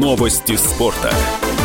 Новости спорта.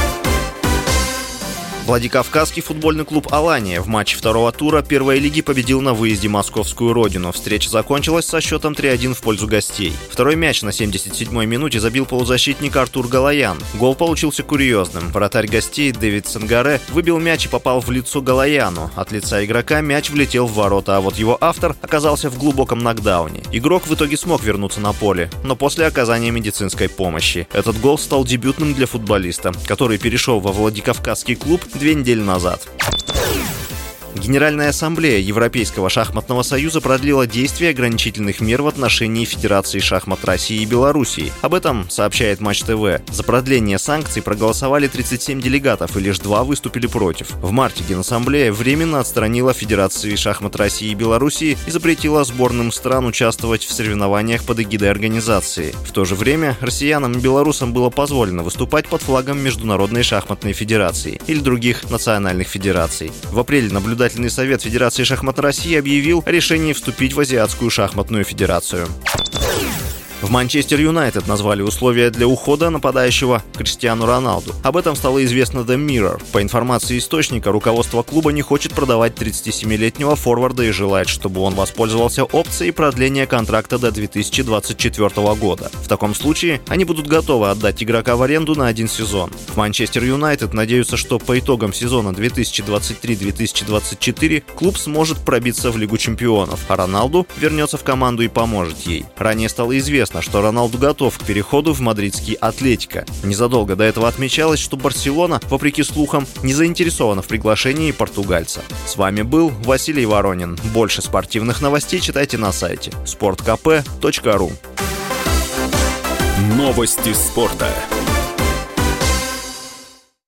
Владикавказский футбольный клуб «Алания» в матче второго тура первой лиги победил на выезде московскую родину. Встреча закончилась со счетом 3-1 в пользу гостей. Второй мяч на 77-й минуте забил полузащитник Артур Галаян. Гол получился курьезным. Вратарь гостей Дэвид Сенгаре выбил мяч и попал в лицо Галаяну. От лица игрока мяч влетел в ворота, а вот его автор оказался в глубоком нокдауне. Игрок в итоге смог вернуться на поле, но после оказания медицинской помощи. Этот гол стал дебютным для футболиста, который перешел во Владикавказский клуб 2 недели назад. Генеральная ассамблея Европейского шахматного союза продлила действие ограничительных мер в отношении Федерации шахмат России и Белоруссии. Об этом сообщает Матч ТВ. За продление санкций проголосовали 37 делегатов, и лишь 2 выступили против. В марте Генассамблея временно отстранила Федерации шахмат России и Белоруссии и запретила сборным стран участвовать в соревнованиях под эгидой организации. В то же время россиянам и белорусам было позволено выступать под флагом Международной шахматной федерации или других национальных федераций. В апреле наблюдательный совет Федерации шахмат России объявил о решении вступить в Азиатскую шахматную федерацию. В Манчестер Юнайтед назвали условия для ухода нападающего Криштиану Роналду. Об этом стало известно The Mirror. По информации источника, руководство клуба не хочет продавать 37-летнего форварда и желает, чтобы он воспользовался опцией продления контракта до 2024 года. В таком случае они будут готовы отдать игрока в аренду на 1 сезон. В Манчестер Юнайтед надеются, что по итогам сезона 2023-2024 клуб сможет пробиться в Лигу чемпионов, а Роналду вернется в команду и поможет ей. Ранее стало известно, что Роналду готов к переходу в мадридский Атлетико. Незадолго до этого отмечалось, что Барселона, вопреки слухам, не заинтересована в приглашении португальца. С вами был Василий Воронин. Больше спортивных новостей читайте на сайте sportkp.ru. Новости спорта.